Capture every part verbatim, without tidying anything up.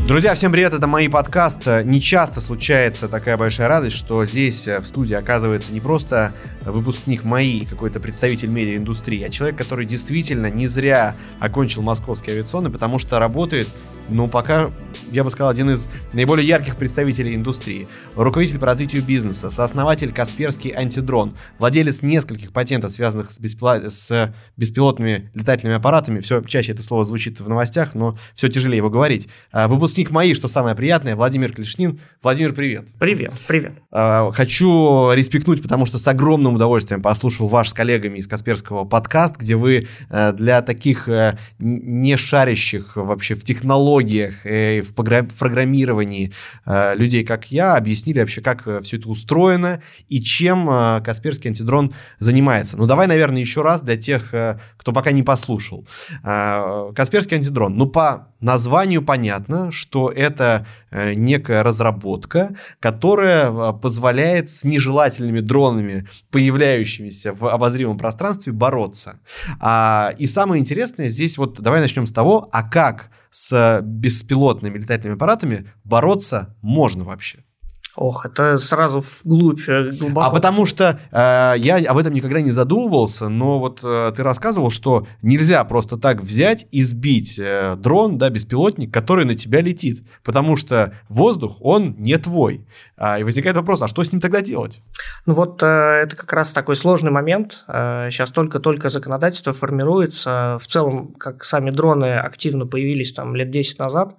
Друзья, всем привет, это «Мои подкасты». Не часто случается такая большая радость, что здесь в студии оказывается не просто выпускник МАИ, какой-то представитель медиаиндустрии, а человек, который действительно не зря окончил Московский авиационный, потому что работает, ну, пока, я бы сказал, один из наиболее ярких представителей индустрии. Руководитель по развитию бизнеса, сооснователь Касперский антидрон, владелец нескольких патентов, связанных с, беспила... с беспилотными летательными аппаратами. Все чаще это слово звучит в новостях, но все тяжелее его говорить. Выпускник МАИ, что самое приятное, Владимир Клешнин. Владимир, привет. Привет, привет. Хочу респектнуть, потому что с огромным удовольствием послушал ваш с коллегами из Касперского подкаст, где вы для таких не шарящих вообще в технологиях и в программировании людей, как я, объяснили вообще, как все это устроено и чем Касперский антидрон занимается. Ну, давай, наверное, еще раз для тех, кто пока не послушал. Касперский антидрон. Ну, по названию понятно, что это некая разработка, которая позволяет с нежелательными дронами, появляющимися в обозримом пространстве, бороться. И самое интересное здесь, вот давай начнем с того, а как с беспилотными летательными аппаратами бороться можно вообще? Ох, это сразу вглубь, глубоко. А потому что э, я об этом никогда не задумывался, но вот э, ты рассказывал, что нельзя просто так взять и сбить э, дрон, да, беспилотник, который на тебя летит, потому что воздух, он не твой. А, и возникает вопрос, а что с ним тогда делать? Ну вот э, это как раз такой сложный момент. Э, сейчас только-только законодательство формируется. В целом, как сами дроны активно появились там лет десять назад,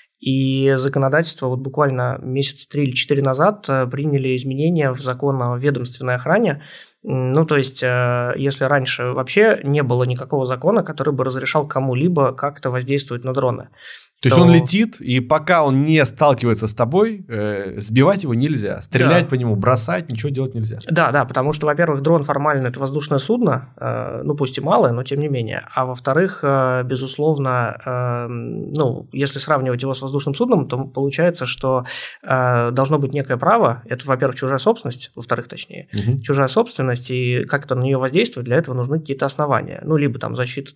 и законодательство вот буквально месяца три или четыре назад приняли изменения в закон о ведомственной охране. Ну, то есть, если раньше вообще не было никакого закона, который бы разрешал кому-либо как-то воздействовать на дроны. То, то есть, он летит, и пока он не сталкивается с тобой, э, сбивать его нельзя. Стрелять да. по нему, бросать, ничего делать нельзя. Да, да, потому что, во-первых, дрон формально – это воздушное судно, э, ну, пусть и малое, но тем не менее. А во-вторых, э, безусловно, э, ну, если сравнивать его с воздушным судном, то получается, что э, должно быть некое право. Это, во-первых, чужая собственность, во-вторых, точнее, угу. чужая собственность, и как-то на нее воздействовать, для этого нужны какие-то основания. Ну, либо там защита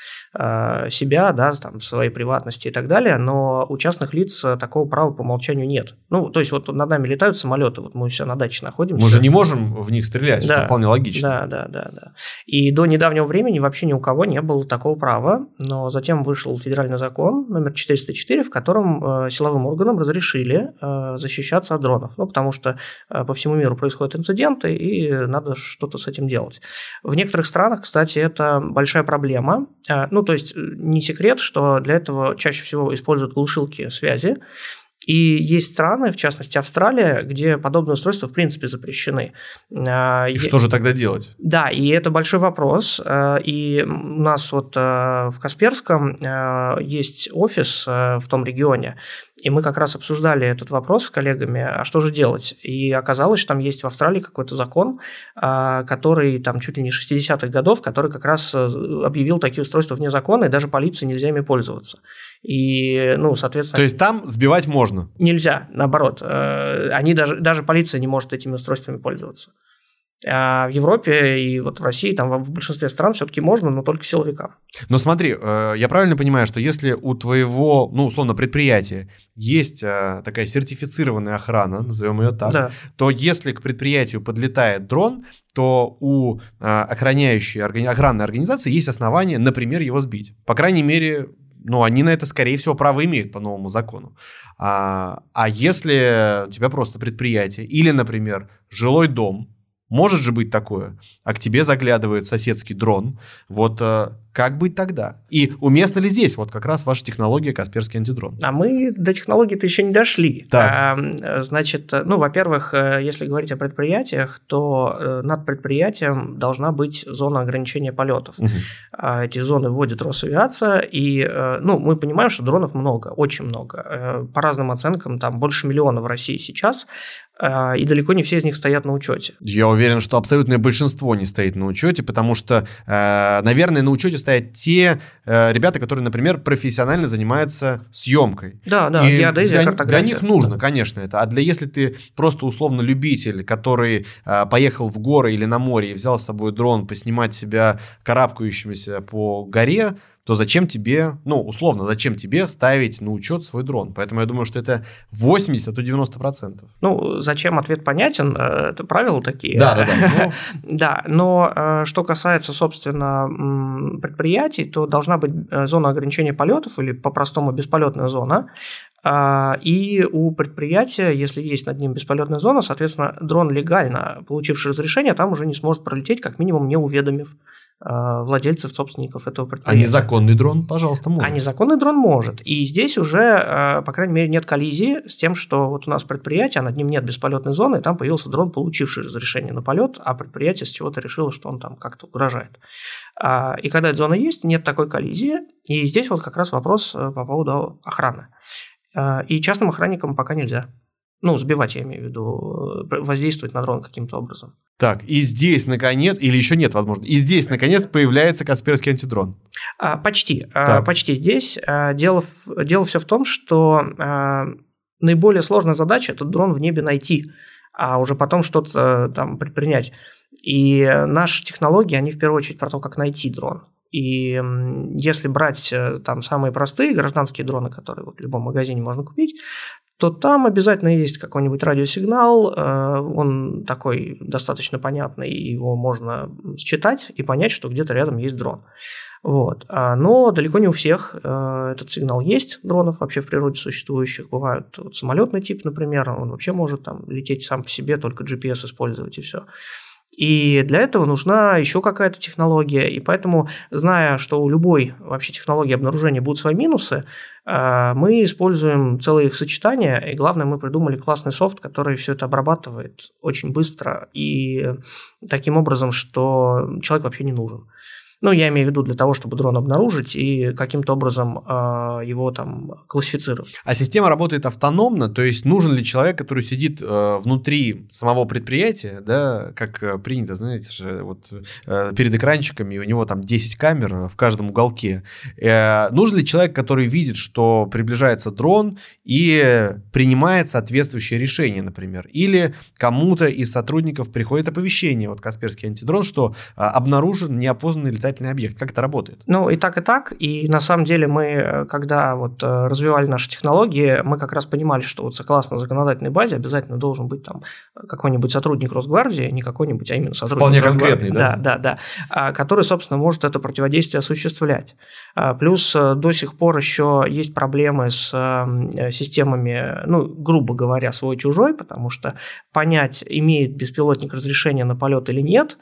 себя, да, там, своей приватности и так далее, но у частных лиц такого права по умолчанию нет. Ну, то есть, вот над нами летают самолеты, вот мы все на даче находимся. Мы же не можем в них стрелять, да, что вполне логично. Да, да, да, да. И до недавнего времени вообще ни у кого не было такого права, но затем вышел федеральный закон номер четыреста четыре, в котором силовым органам разрешили защищаться от дронов, ну, потому что по всему миру происходят инциденты, и надо что-то с этим делать. В некоторых странах, кстати, это большая проблема. Ну, то есть, не секрет, что для этого чаще всего используют глушилки связи. И есть страны, в частности Австралия, где подобные устройства в принципе запрещены. И Я... что же тогда делать? Да, и это большой вопрос. И у нас вот в Касперском есть офис в том регионе, и мы как раз обсуждали этот вопрос с коллегами, а что же делать? И оказалось, что там есть в Австралии какой-то закон, который там чуть ли не шестидесятых годов, который как раз объявил такие устройства вне закона, и даже полиции нельзя ими пользоваться. И, ну, соответственно... То есть там сбивать можно? Нельзя, наоборот. Они даже, даже полиция не может этими устройствами пользоваться. А в Европе и вот в России, там в большинстве стран все-таки можно, но только силовикам. Но смотри, я правильно понимаю, что если у твоего, ну, условно, предприятия есть такая сертифицированная охрана, назовем ее так, да. то если к предприятию подлетает дрон, то у охраняющей охранной организации есть основания, например, его сбить. По крайней мере... Ну, они на это, скорее всего, право имеют по новому закону. А, а если у тебя просто предприятие или, например, жилой дом, может же быть такое, а к тебе заглядывает соседский дрон, вот как быть тогда? И уместно ли здесь вот как раз ваша технология Касперский антидрон? А мы до технологии-то еще не дошли. Так. А, значит, ну, во-первых, если говорить о предприятиях, то над предприятием должна быть зона ограничения полетов. Угу. Эти зоны вводит Росавиация, и, ну, мы понимаем, что дронов много, очень много. По разным оценкам, там больше миллиона в России сейчас, и далеко не все из них стоят на учете. Я уверен, что абсолютное большинство не стоит на учете, потому что, наверное, на учете стоят те ребята, которые, например, профессионально занимаются съемкой. Да, да, и геодезия, для, картография. Для них нужно, конечно, это. А для если ты просто условно любитель, который поехал в горы или на море и взял с собой дрон поснимать себя карабкающимися по горе, то зачем тебе, ну, условно, зачем тебе ставить на учет свой дрон? Поэтому я думаю, что это восемьдесят, а то девяносто процентов. Ну, зачем, ответ понятен, это правила такие. Да, да, да. Да, но что касается, собственно, предприятий, то должна быть зона ограничения полетов или по-простому бесполетная зона. И у предприятия, если есть над ним бесполетная зона, соответственно, дрон легально, получивший разрешение, там уже не сможет пролететь, как минимум не уведомив владельцев, собственников этого предприятия. А незаконный дрон, пожалуйста, может. А незаконный дрон может. И здесь уже, по крайней мере, нет коллизии с тем, что вот у нас предприятие, а над ним нет бесполетной зоны, и там появился дрон, получивший разрешение на полет, а предприятие с чего-то решило, что он там как-то угрожает. И когда эта зона есть, нет такой коллизии. И здесь вот как раз вопрос по поводу охраны. И частным охранникам пока нельзя. Ну, сбивать, я имею в виду, воздействовать на дрон каким-то образом. Так, и здесь, наконец, или еще нет, возможно, и здесь, наконец, появляется Касперский антидрон. А, почти, а, почти здесь. А, дело, дело все в том, что а, наиболее сложная задача – этот дрон в небе найти, а уже потом что-то там предпринять. И наши технологии, они в первую очередь про то, как найти дрон. И если брать там самые простые гражданские дроны, которые вот в любом магазине можно купить, то там обязательно есть какой-нибудь радиосигнал, он такой достаточно понятный, его можно считать и понять, что где-то рядом есть дрон. Вот. Но далеко не у всех этот сигнал есть, дронов вообще в природе существующих. Бывают вот самолетный тип, например, он вообще может там лететь сам по себе, только джи пи эс использовать и все. И для этого нужна еще какая-то технология, и поэтому, зная, что у любой вообще технологии обнаружения будут свои минусы, мы используем целые их сочетания, и главное, мы придумали классный софт, который все это обрабатывает очень быстро и таким образом, что человек вообще не нужен. Ну, я имею в виду для того, чтобы дрон обнаружить и каким-то образом э, его там классифицировать. А система работает автономно, то есть нужен ли человек, который сидит э, внутри самого предприятия, да, как э, принято, знаете же, вот э, перед экранчиками, у него там десять камер в каждом уголке. Э, нужен ли человек, который видит, что приближается дрон и принимает соответствующее решение, например, или кому-то из сотрудников приходит оповещение, вот Касперский антидрон, что э, обнаружен неопознанный летательный объект. Как это работает? Ну, и так, и так. И на самом деле мы, когда вот развивали наши технологии, мы как раз понимали, что вот согласно законодательной базе обязательно должен быть там какой-нибудь сотрудник Росгвардии, не какой-нибудь, а именно сотрудник Вполне Росгвардии. конкретный, да? Да, да, да. Который, собственно, может это противодействие осуществлять. Плюс до сих пор еще есть проблемы с системами, ну, грубо говоря, свой-чужой, потому что понять, имеет беспилотник разрешение на полет или нет,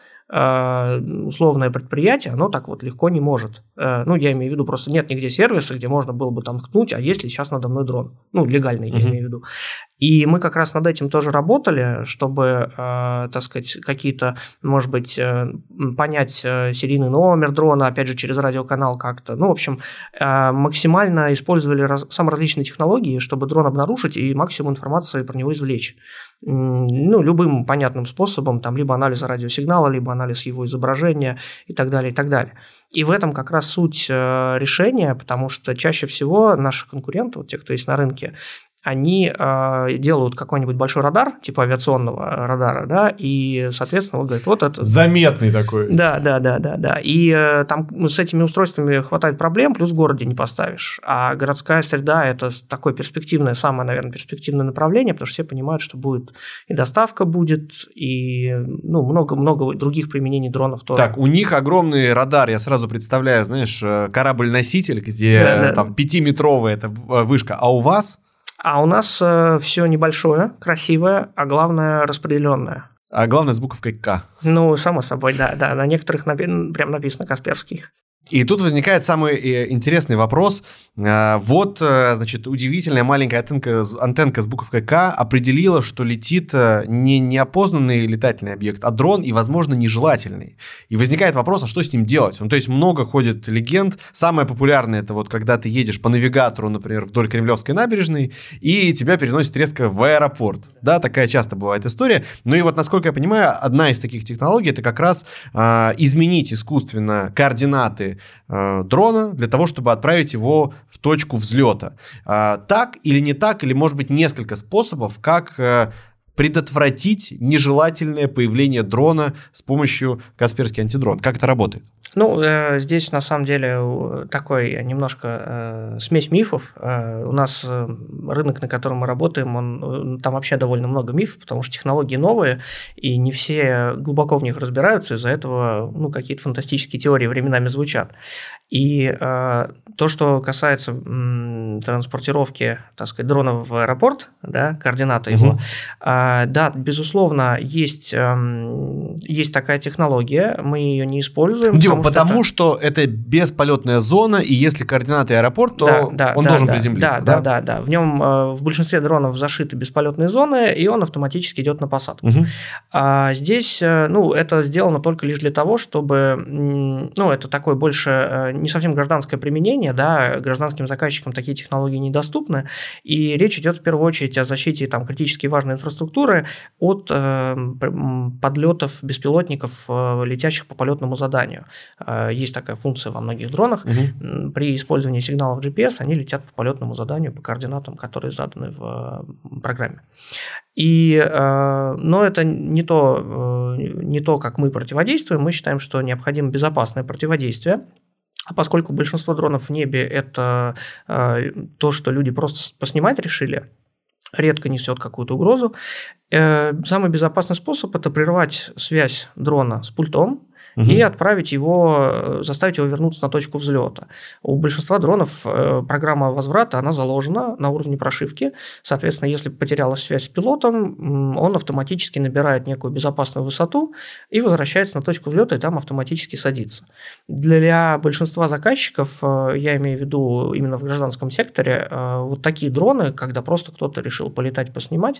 условное предприятие, оно так вот легко не может. Ну, я имею в виду, просто нет нигде сервиса, где можно было бы там ткнуть, а если сейчас надо мной дрон? Ну, легальный, я uh-huh. имею в виду. И мы как раз над этим тоже работали, чтобы, э, так сказать, какие-то, может быть, э, понять э, серийный номер дрона, опять же, через радиоканал как-то. Ну, в общем, э, максимально использовали раз, самые различные технологии, чтобы дрон обнаружить и максимум информации про него извлечь. Ну, любым понятным способом, там, либо анализ радиосигнала, либо анализ его изображения и так далее, и так далее. И в этом как раз суть э, решения, потому что чаще всего наши конкуренты, вот те, кто есть на рынке, они э, делают какой-нибудь большой радар, типа авиационного радара, да, и, соответственно, вот говорят, вот это... Заметный такой. Да, да, да, да, да. И э, там с этими устройствами хватает проблем, плюс в городе не поставишь. А городская среда – это такое перспективное, самое, наверное, перспективное направление, потому что все понимают, что будет и доставка будет, и ну, много-много других применений дронов тоже. Так, у них огромный радар, я сразу представляю, знаешь, корабль-носитель, где да, да. там пятиметровая эта вышка, а у вас... А у нас э, все небольшое, красивое, а главное распределенное. А главное с буковкой К. Ну, само собой, да, да. На некоторых напи- прям написано Касперский. И тут возникает самый интересный вопрос. Вот, значит, удивительная маленькая антенка, антенка с буковкой К определила, что летит не неопознанный летательный объект, а дрон и, возможно, нежелательный. И возникает вопрос, а что с ним делать? Ну, то есть много ходит легенд. Самое популярное – это вот когда ты едешь по навигатору, например, вдоль Кремлевской набережной, и тебя переносит резко в аэропорт. Да, такая часто бывает история. Ну и вот, насколько я понимаю, одна из таких технологий – это как раз э, изменить искусственно координаты дрона для того, чтобы отправить его в точку взлета. Так или не так, или может быть несколько способов, как предотвратить нежелательное появление дрона с помощью Касперский антидрон. Как это работает? Ну, э, здесь на самом деле такой немножко э, смесь мифов. Э, у нас э, рынок, на котором мы работаем, он, там вообще довольно много мифов, потому что технологии новые, и не все глубоко в них разбираются, из-за этого ну, какие-то фантастические теории временами звучат. И э, то, что касается м, транспортировки, так сказать, дрона в аэропорт, да, координаты его, угу. э, да, безусловно, есть, э, есть такая технология, мы ее не используем. Дима, потому, потому что, это... что это бесполетная зона, и если координаты аэропорт, то да, да, он да, должен да, приземлиться. Да, да, да, да, да. В нем э, в большинстве дронов зашиты бесполетные зоны, и он автоматически идет на посадку. Угу. А здесь, э, ну, это сделано только лишь для того, чтобы, ну, это такой больше э, не совсем гражданское применение, да, гражданским заказчикам такие технологии недоступны, и речь идет в первую очередь о защите там критически важной инфраструктуры от э, подлетов беспилотников, э, летящих по полетному заданию. Э, есть такая функция во многих дронах. Угу. При использовании сигналов джи пи эс они летят по полетному заданию, по координатам, которые заданы в э, программе. И, э, но это не то, э, не то, как мы противодействуем. Мы считаем, что необходимо безопасное противодействие. А поскольку большинство дронов в небе – это э, то, что люди просто поснимать решили, редко несет какую-то угрозу, э, самый безопасный способ – это прервать связь дрона с пультом, угу. и отправить его, заставить его вернуться на точку взлета. У большинства дронов программа возврата, она заложена на уровне прошивки. Соответственно, если потерялась связь с пилотом, он автоматически набирает некую безопасную высоту и возвращается на точку взлета, и там автоматически садится. Для большинства заказчиков, я имею в виду именно в гражданском секторе, вот такие дроны, когда просто кто-то решил полетать, поснимать,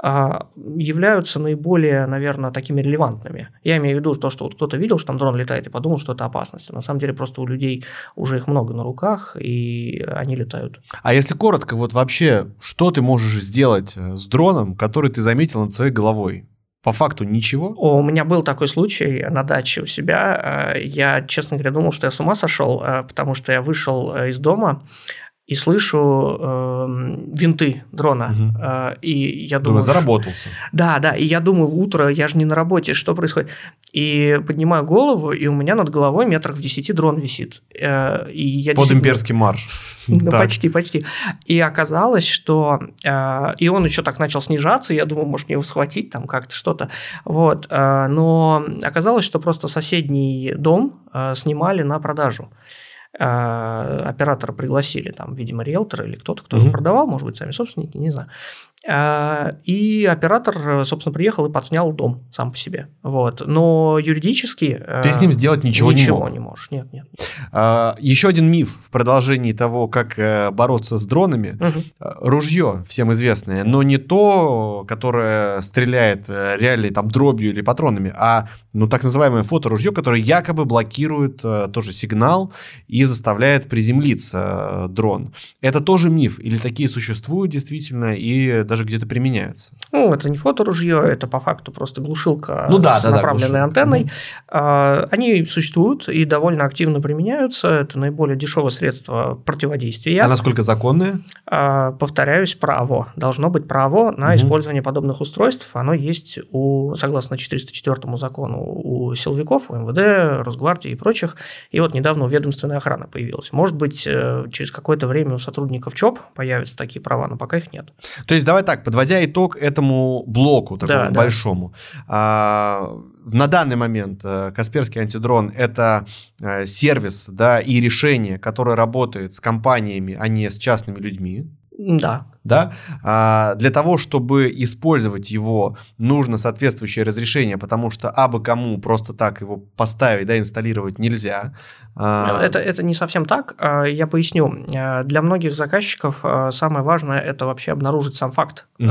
являются наиболее, наверное, такими релевантными. Я имею в виду то, что вот кто-то видел, что там дрон летает, и подумал, что это опасность. На самом деле просто у людей уже их много на руках, и они летают. А если коротко, вот вообще, что ты можешь сделать с дроном, который ты заметил над своей головой? По факту ничего? О, у меня был такой случай на даче у себя. Я, честно говоря, думал, что я с ума сошел, потому что я вышел из дома и слышу э, винты дрона. Угу. Э, и я думаю... Думаю, заработался. Да, да. И я думаю, утро, я же не на работе, что происходит? И поднимаю голову, и у меня над головой метрах в десяти дрон висит. Э, и я Под действительно... имперский марш. Ну, почти, почти. И оказалось, что... Э, и он еще так начал снижаться, и я думал, может, мне его схватить, там как-то что-то. Вот. Э, но оказалось, что просто соседний дом э, снимали на продажу. Оператора пригласили, там, видимо, риэлтора или кто-то, кто mm-hmm. его продавал, может быть, сами собственники, не знаю. И оператор, собственно, приехал и подснял дом сам по себе. Вот. Но юридически... Ты с ним сделать ничего, ничего не мог. не можешь. Нет, нет. А, еще один миф в продолжении того, как бороться с дронами. Угу. Ружье всем известное, но не то, которое стреляет реально там дробью или патронами, а ну, так называемое фоторужье, которое якобы блокирует тоже сигнал и заставляет приземлиться дрон. Это тоже миф? Или такие существуют действительно и даже где-то применяются? Ну, это не фоторужье, это по факту просто глушилка ну, да, с да, направленной да, антенной. Mm-hmm. Они существуют и довольно активно применяются. Это наиболее дешевое средство противодействия. А насколько законное? Повторяюсь, право. Должно быть право на mm-hmm. использование подобных устройств. Оно есть, у, согласно четыреста четвёртому закону, у силовиков, у эм вэ дэ, Росгвардии и прочих. И вот недавно у ведомственной охраны появилась. Может быть, через какое-то время у сотрудников ЧОП появятся такие права, но пока их нет. То есть, давай так, подводя итог этому блоку такому да, большому. Да. На данный момент Касперский антидрон – это сервис, да, и решение, которое работает с компаниями, а не с частными людьми. Да. Да? А для того, чтобы использовать его, нужно соответствующее разрешение, потому что абы кому просто так его поставить, да, инсталлировать нельзя. Это, это не совсем так. Я поясню. Для многих заказчиков самое важное – это вообще обнаружить сам факт. Угу.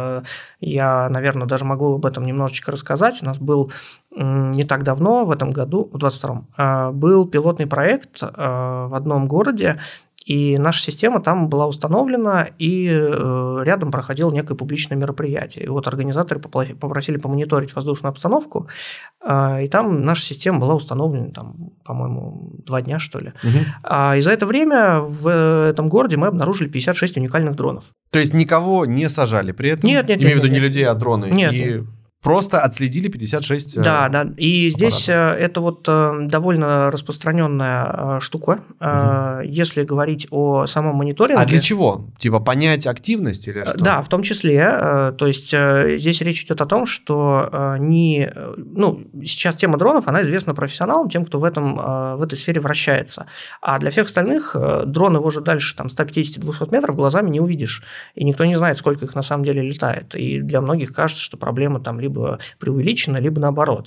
Я, наверное, даже могу об этом немножечко рассказать. У нас был не так давно, в этом году, в двадцать втором, был пилотный проект в одном городе, и наша система там была установлена, и рядом проходило некое публичное мероприятие. И вот организаторы попросили помониторить воздушную обстановку, и там наша система была установлена, там, по-моему, два дня, что ли. Угу. И за это время в этом городе мы обнаружили пятьдесят шесть уникальных дронов. То есть никого не сажали при этом? Нет, нет, нет. Имею в виду нет, не нет. людей, а дроны? Нет, и... нет. просто отследили пятьдесят шесть Да, да. И аппаратов. Здесь это вот довольно распространенная штука. Угу. Если говорить о самом мониторинге. А для чего? Типа понять активность или что? Да, в том числе. То есть здесь речь идет о том, что не, ну, сейчас тема дронов, она известна профессионалам, тем, кто в, этом, в этой сфере вращается. А для всех остальных дрон его же дальше там, сто пятьдесят - двести метров глазами не увидишь. И никто не знает, сколько их на самом деле летает. И для многих кажется, что проблема там либо либо преувеличено, либо наоборот.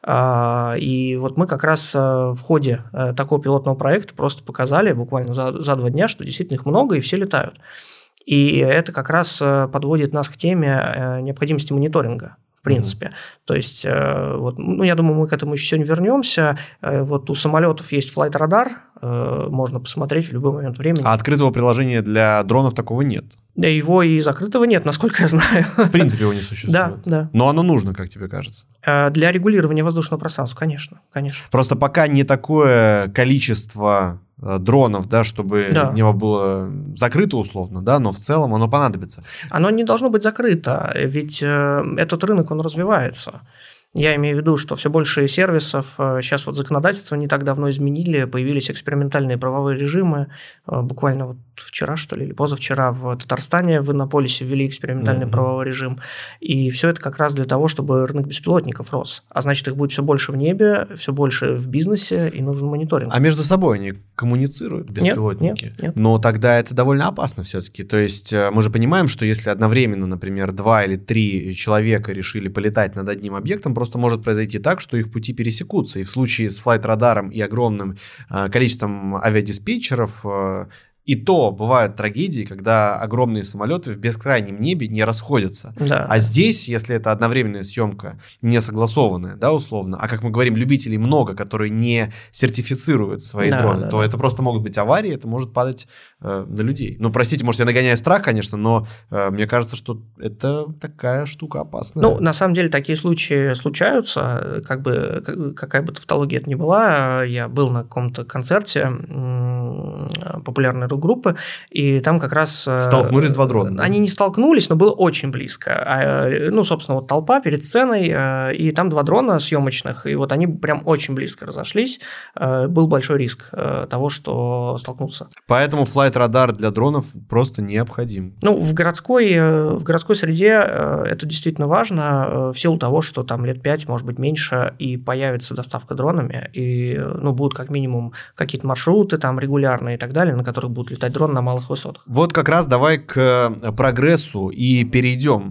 И вот мы как раз в ходе такого пилотного проекта просто показали буквально за, за два дня, что действительно их много и все летают. И это как раз подводит нас к теме необходимости мониторинга. В принципе. Mm-hmm. То есть, вот, ну, я думаю, мы к этому еще сегодня вернемся. Вот у самолетов есть флайт-радар, можно посмотреть в любой момент времени. А открытого приложения для дронов такого нет? Его и закрытого нет, насколько я знаю. В принципе, его не существует. Да, да. Но оно нужно, как тебе кажется? Для регулирования воздушного пространства, конечно, конечно. Просто пока не такое количество дронов, да, чтобы да. небо было закрыто условно, да, но в целом оно понадобится. Оно не должно быть закрыто, ведь этот рынок, он развивается. Я имею в виду, что все больше сервисов, сейчас вот законодательство не так давно изменили, появились экспериментальные правовые режимы, буквально вот вчера, что ли, или позавчера в Татарстане в Иннополисе ввели экспериментальный mm-hmm. правовой режим, и все это как раз для того, чтобы рынок беспилотников рос, а значит, их будет все больше в небе, все больше в бизнесе, и нужен мониторинг. А между собой они коммуницируют, беспилотники? Нет, нет, нет. Но тогда это довольно опасно все-таки, то есть мы же понимаем, что если одновременно, например, два или три человека решили полетать над одним объектом, просто может произойти так, что их пути пересекутся. И в случае с флайт-радаром и огромным э, количеством авиадиспетчеров э, и то бывают трагедии, когда огромные самолеты в бескрайнем небе не расходятся. Да. А здесь, если это одновременная съемка, не согласованная, да, условно, а как мы говорим, любителей много, которые не сертифицируют свои да, дроны, да, то да. это просто могут быть аварии, это может падать э, на людей. Ну, простите, может, я нагоняю страх, конечно, но э, мне кажется, что это такая штука опасная. Ну, на самом деле, такие случаи случаются, как бы, какая бы тавтология это ни была. Я был на каком-то концерте популярной группы, и там как раз... Столкнулись два дрона. Они не столкнулись, но было очень близко. Ну, собственно, вот толпа перед сценой, и там два дрона съемочных, и вот они прям очень близко разошлись. Был большой риск того, что столкнутся. Поэтому флайт-радар для дронов просто необходим. Ну, в городской, в городской среде это действительно важно, в силу того, что там лет пять, может быть, меньше, и появится доставка дронами, и, ну, будут как минимум какие-то маршруты там регулярные и так далее, на которых будут летать дроны на малых высотах. Вот как раз давай к прогрессу и перейдем.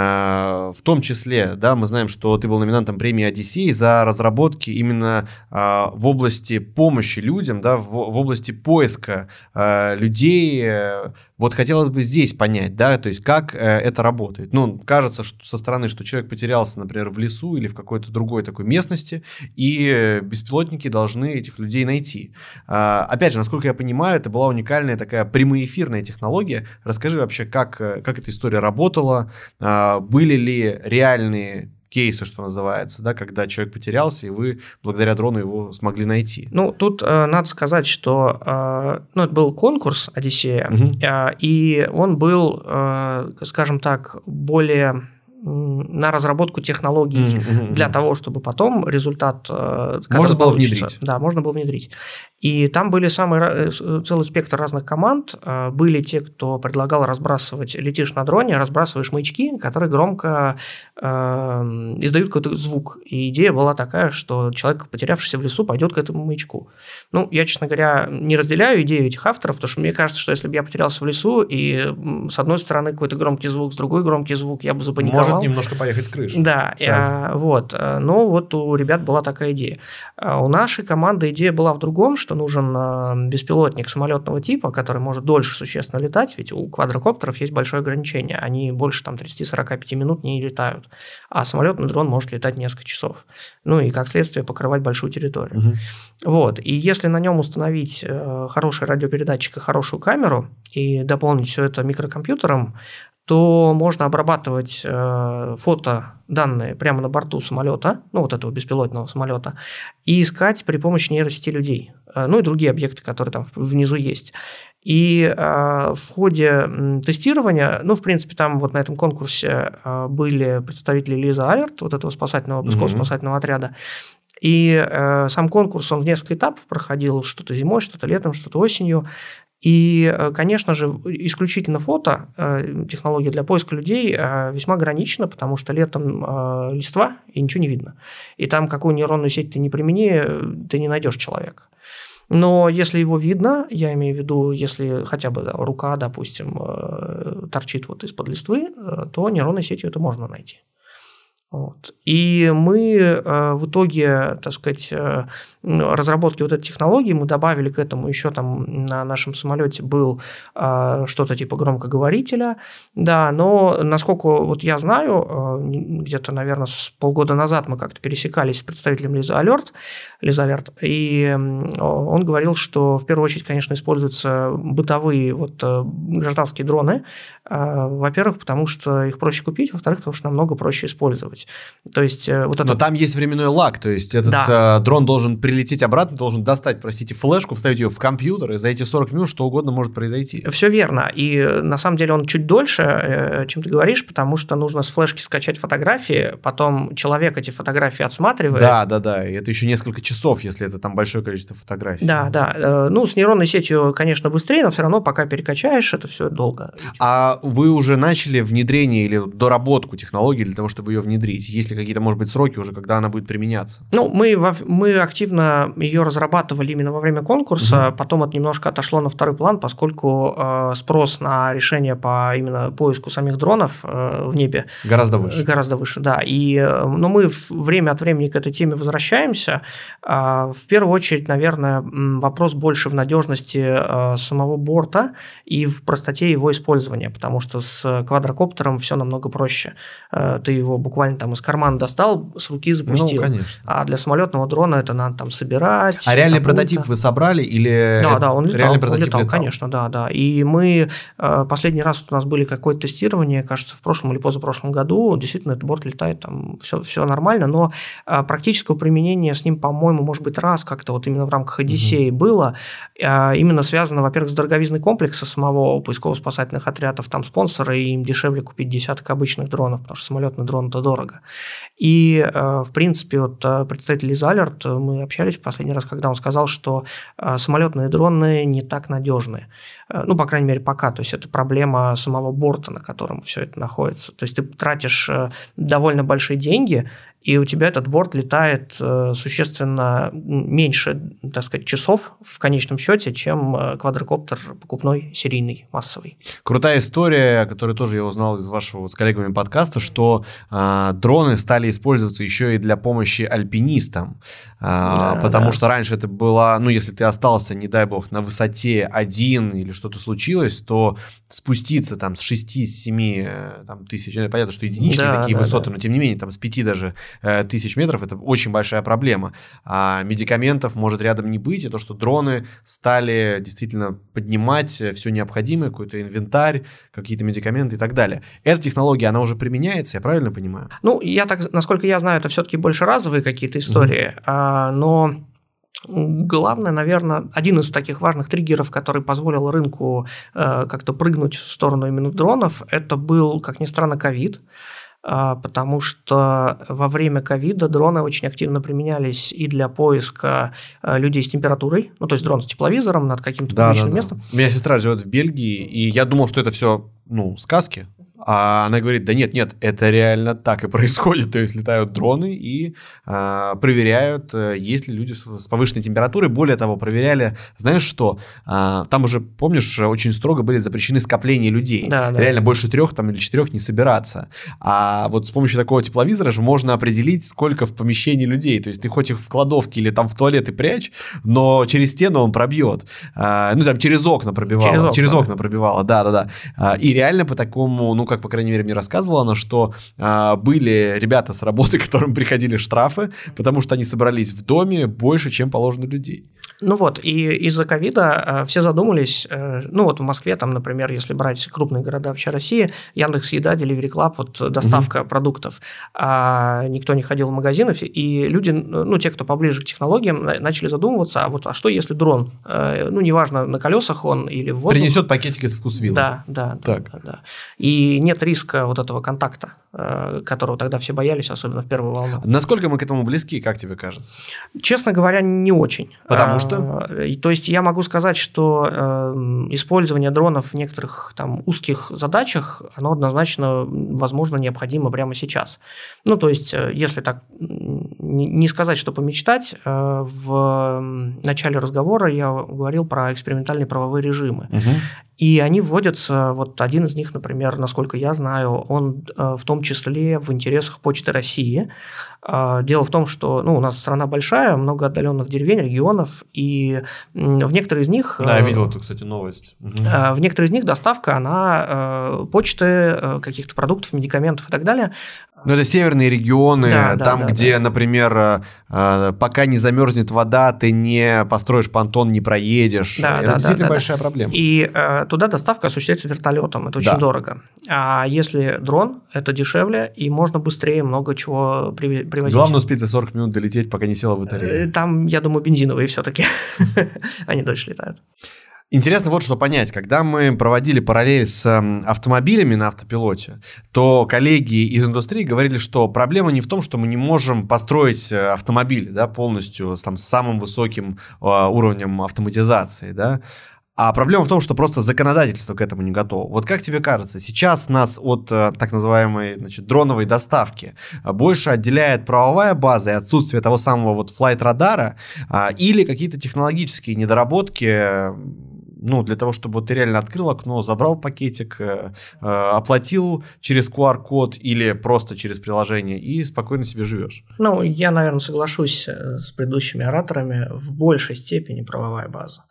В том числе, да, мы знаем, что ты был номинантом премии «Одиссей» за разработки именно в области помощи людям, да, в области поиска людей. Вот хотелось бы здесь понять, да, то есть как это работает. Ну, кажется, что со стороны, что человек потерялся, например, в лесу или в какой-то другой такой местности, и беспилотники должны этих людей найти. Опять же, насколько я понимаю, это была уникальная такая прямоэфирная технология. Расскажи вообще, как, как эта история работала, были ли реальные кейсы, что называется, да, когда человек потерялся, и вы благодаря дрону его смогли найти? Ну, тут э, надо сказать, что э, ну, это был конкурс «Одиссея», угу. э, и он был, э, скажем так, более... на разработку технологий mm-hmm. для того, чтобы потом результат, который можно было получится, внедрить. Да, можно было внедрить. И там были самый, целый спектр разных команд. Были те, кто предлагал разбрасывать, летишь на дроне, разбрасываешь маячки, которые громко э, издают какой-то звук. И идея была такая, что человек, потерявшийся в лесу, пойдет к этому маячку. Ну, я, честно говоря, не разделяю идею этих авторов, потому что мне кажется, что если бы я потерялся в лесу, и с одной стороны какой-то громкий звук, с другой громкий звук, я бы запаниковал. Может немножко поехать с крыши. Да, а, вот. Но вот у ребят была такая идея. У нашей команды идея была в другом, что нужен беспилотник самолетного типа, который может дольше существенно летать, ведь у квадрокоптеров есть большое ограничение, они больше там тридцать-сорок пять минут не летают, а самолетный дрон может летать несколько часов, ну и как следствие покрывать большую территорию. Угу. Вот, и если на нем установить хороший радиопередатчик и хорошую камеру и дополнить все это микрокомпьютером, то можно обрабатывать э, фотоданные прямо на борту самолета, ну вот этого беспилотного самолета, и искать при помощи нейросети людей, э, ну и другие объекты, которые там внизу есть. И э, в ходе тестирования, ну, в принципе, там вот на этом конкурсе э, были представители Лиза Алерт, вот этого спасательного, поисково-спасательного mm-hmm. отряда. И э, сам конкурс, он в несколько этапов проходил, что-то зимой, что-то летом, что-то осенью. И, конечно же, исключительно фото, технология для поиска людей весьма ограничена, потому что летом листва, и ничего не видно. И там какую нейронную сеть ты не примени, ты не найдешь человека. Но если его видно, я имею в виду, если хотя бы да, рука, допустим, торчит вот из-под листвы, то нейронной сетью это можно найти. Вот. И мы э, в итоге, так сказать, э, разработки вот этой технологии, мы добавили к этому еще там на нашем самолете был э, что-то типа громкоговорителя, да, но насколько вот я знаю, э, где-то, наверное, с полгода назад мы как-то пересекались с представителем Лиза Алерт, Лиза Алерт, и он говорил, что в первую очередь, конечно, используются бытовые вот гражданские дроны, э, во-первых, потому что их проще купить, во-вторых, потому что намного проще использовать. То есть, вот это... Но там есть временной лаг, то есть этот да. э, дрон должен прилететь обратно, должен достать, простите, флешку, вставить ее в компьютер, и за эти сорок минут что угодно может произойти. Все верно, и на самом деле он чуть дольше, э, чем ты говоришь, потому что нужно с флешки скачать фотографии, потом человек эти фотографии отсматривает. Да, да, да, и это еще несколько часов, если это там большое количество фотографий. Да, да, э, ну с нейронной сетью, конечно, быстрее, но все равно пока перекачаешь, это все долго. А вы уже начали внедрение или доработку технологии для того, чтобы ее внедрить? Есть ли какие-то, может быть, сроки уже, когда она будет применяться? Ну, мы, мы активно ее разрабатывали именно во время конкурса, угу. потом это немножко отошло на второй план, поскольку э, спрос на решение по именно поиску самих дронов э, в небе гораздо выше. Гораздо выше, да. И, э, но мы время от времени к этой теме возвращаемся. Э, в первую очередь, наверное, вопрос больше в надежности э, самого борта и в простоте его использования, потому что с квадрокоптером все намного проще. Э, ты его буквально там из кармана достал, с руки запустил. Ну, конечно. А для самолетного дрона это надо там собирать. А реальный прототип вы собрали или... Да, да, он летал, реальный прототип он летал, летал, конечно, да, да. И мы последний раз у нас были какое-то тестирование, кажется, в прошлом или позапрошлом году, действительно, этот борт летает, там все, все нормально, но практического применения с ним, по-моему, может быть, раз как-то вот именно в рамках Одиссеи угу. было, именно связано, во-первых, с дороговизной комплекса самого поисково-спасательных отрядов, там спонсоры, и им дешевле купить десяток обычных дронов, потому что самолетный дрон это дорого. И, в принципе, вот представитель Лиза Алерт, мы общались в последний раз, когда он сказал, что самолетные дроны не так надежны. Ну, по крайней мере, пока. То есть, это проблема самого борта, на котором все это находится. То есть, ты тратишь довольно большие деньги, и у тебя этот борт летает существенно меньше, так сказать, часов в конечном счете, чем квадрокоптер покупной, серийный, массовый. Крутая история, которую тоже я узнал из вашего вот с коллегами подкаста, что э, дроны стали использоваться еще и для помощи альпинистам, э, да, потому да. что раньше это было, ну, если ты остался, не дай бог, на высоте один или что-то случилось, то спуститься там с шести-семи там, тысяч, понятно, что единичные да, такие да, высоты, да. но тем не менее там с пяти даже тысяч метров, это очень большая проблема. А медикаментов может рядом не быть, и то, что дроны стали действительно поднимать все необходимое, какой-то инвентарь, какие-то медикаменты и так далее. Эта технология, она уже применяется, я правильно понимаю? Ну, я так, насколько я знаю, это все-таки больше разовые какие-то истории, mm-hmm. а, но... Главное, наверное, один из таких важных триггеров, который позволил рынку э, как-то прыгнуть в сторону именно дронов, это был, как ни странно, ковид, э, потому что во время ковида дроны очень активно применялись и для поиска э, людей с температурой, ну, то есть дрон с тепловизором над каким-то да, публичным да, да. местом. У меня сестра живет в Бельгии, и я думал, что это все, ну, сказки. А она говорит, да нет, нет, это реально так и происходит. То есть летают дроны и а, проверяют, есть ли люди с, с повышенной температурой. Более того, проверяли, знаешь что, а, там уже, помнишь, очень строго были запрещены скопления людей. Да, да. Реально больше трех там, или четырех не собираться. А вот с помощью такого тепловизора же можно определить, сколько в помещении людей. То есть ты хоть их в кладовке или там в туалет и прячь, но через стену он пробьет. А, ну, там через окна пробивало. Через окна, через окна пробивало, да-да-да. А, и реально по такому, ну, как, по крайней мере, мне рассказывала она, что а, были ребята с работы, которым приходили штрафы, потому что они собрались в доме больше, чем положено людей. Ну вот, и из-за ковида все задумались, ну вот в Москве, там, например, если брать крупные города вообще России, Яндекс.Еда, Delivery Club, вот доставка угу. продуктов, а никто не ходил в магазины, и люди, ну те, кто поближе к технологиям, начали задумываться, а вот а что если дрон, ну неважно, на колесах он или в воздух. Принесет пакетик из вкусвилла. Да, да, так. да, да. И нет риска вот этого контакта, которого тогда все боялись, особенно в первую волну. Насколько мы к этому близки, как тебе кажется? Честно говоря, не очень. Потому что? То есть я могу сказать, что э, использование дронов в некоторых там узких задачах, оно однозначно, возможно, необходимо прямо сейчас. Ну, то есть, если так не сказать, что помечтать, э, в начале разговора я говорил про экспериментальные правовые режимы. Угу. И они вводятся, вот один из них, например, насколько я знаю, он э, в том числе в интересах Почты России. Э, дело в том, что ну, у нас страна большая, много отдаленных деревень, регионов, и в некоторых из них... Да, я видел эту, кстати, новость. Э, в некоторых из них доставка, она э, почты, э, каких-то продуктов, медикаментов и так далее. Ну, это северные регионы, да, там, да, да, где, да. например, пока не замерзнет вода, ты не построишь понтон, не проедешь. Да, это да, действительно да, большая да. проблема. И э, туда доставка осуществляется вертолетом, это очень да. дорого. А если дрон, это дешевле, и можно быстрее много чего при, привозить. Главное успеть за сорок минут долететь, пока не села батарея. Там, я думаю, бензиновые все-таки, они дольше летают. Интересно вот что понять. Когда мы проводили параллель с автомобилями на автопилоте, то коллеги из индустрии говорили, что проблема не в том, что мы не можем построить автомобиль, да, полностью там, с самым высоким э, уровнем автоматизации, да, а проблема в том, что просто законодательство к этому не готово. Вот как тебе кажется, сейчас нас от так называемой, значит, дроновой доставки больше отделяет правовая база и отсутствие того самого вот флайт-радара а, или какие-то технологические недоработки, ну, для того, чтобы вот ты реально открыл окно, забрал пакетик, э, э, оплатил через ку ар код или просто через приложение и спокойно себе живешь? Ну, я, наверное, соглашусь с предыдущими ораторами, в большей степени правовая база.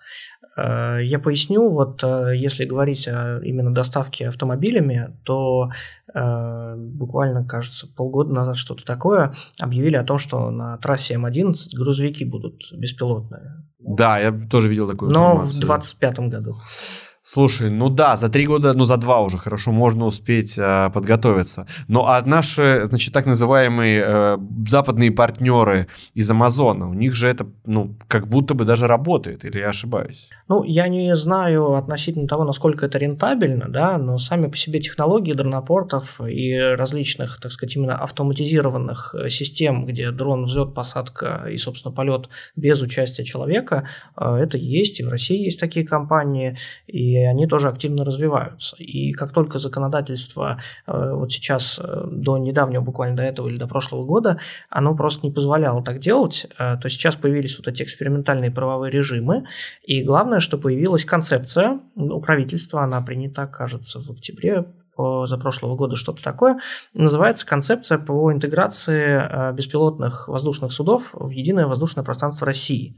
Я поясню, вот если говорить о именно доставке автомобилями, то э, буквально, кажется, полгода назад что-то такое объявили о том, что на трассе эм одиннадцать грузовики будут беспилотные. Да, я тоже видел такую Но информацию. в двадцать пятом году. Слушай, ну да, за три года, ну за два уже хорошо можно успеть э, подготовиться. Ну а наши, значит, так называемые э, западные партнеры из Амазона, у них же это, ну, как будто бы даже работает, или я ошибаюсь? Ну, я не знаю относительно того, насколько это рентабельно, да, но сами по себе технологии дронопортов и различных, так сказать, именно автоматизированных систем, где дрон, взлет, посадка и, собственно, полет без участия человека, э, это есть, и в России есть такие компании, и и они тоже активно развиваются. И как только законодательство э, вот сейчас, э, до недавнего, буквально до этого или до прошлого года, оно просто не позволяло так делать, э, то сейчас появились вот эти экспериментальные правовые режимы, и главное, что появилась концепция у правительства, она принята, кажется, в октябре за прошлого года, что-то такое, называется концепция по интеграции беспилотных воздушных судов в единое воздушное пространство России.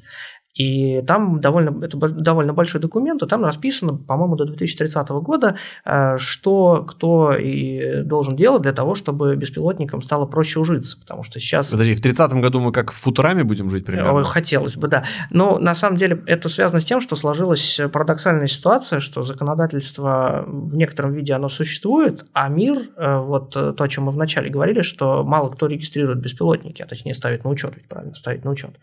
И там довольно, это довольно большой документ, и там расписано, по-моему, до две тысячи тридцатого года, что кто и должен делать для того, чтобы беспилотникам стало проще ужиться, потому что сейчас... Подожди, в тридцатом году мы как в Футураме будем жить примерно? Хотелось бы, да. Но на самом деле это связано с тем, что сложилась парадоксальная ситуация, что законодательство в некотором виде оно существует, а мир, вот то, о чем мы вначале говорили, что мало кто регистрирует беспилотники, а точнее ставит на учет, ведь правильно, ставить на учет.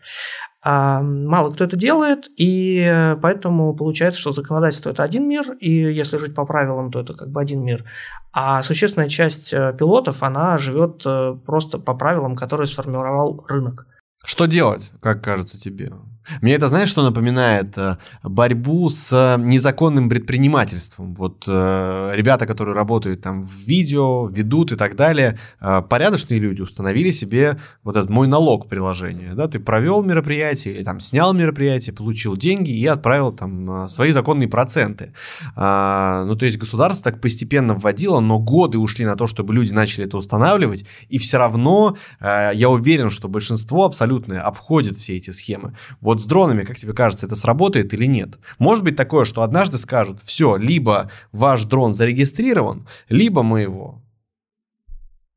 Мало кто это делает, и поэтому получается, что законодательство – это один мир, и если жить по правилам, то это как бы один мир. А существенная часть пилотов, она живет просто по правилам, которые сформировал рынок. Что делать, как кажется тебе? Мне это, знаешь, что напоминает? Борьбу с незаконным предпринимательством. Вот э, ребята, которые работают там в видео, ведут и так далее, э, порядочные люди установили себе вот этот «Мой налог» приложение. Да? Ты провел мероприятие или там снял мероприятие, получил деньги и отправил там свои законные проценты. Э, ну, то есть государство так постепенно вводило, но годы ушли на то, чтобы люди начали это устанавливать, и все равно э, я уверен, что большинство абсолютно обходит все эти схемы. Вот с дронами, как тебе кажется, это сработает или нет? Может быть такое, что однажды скажут: все, либо ваш дрон зарегистрирован, либо мы его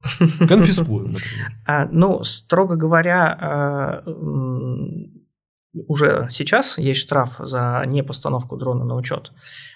конфискуем, например. Ну, строго говоря, уже сейчас есть штраф за непостановку дрона на учет.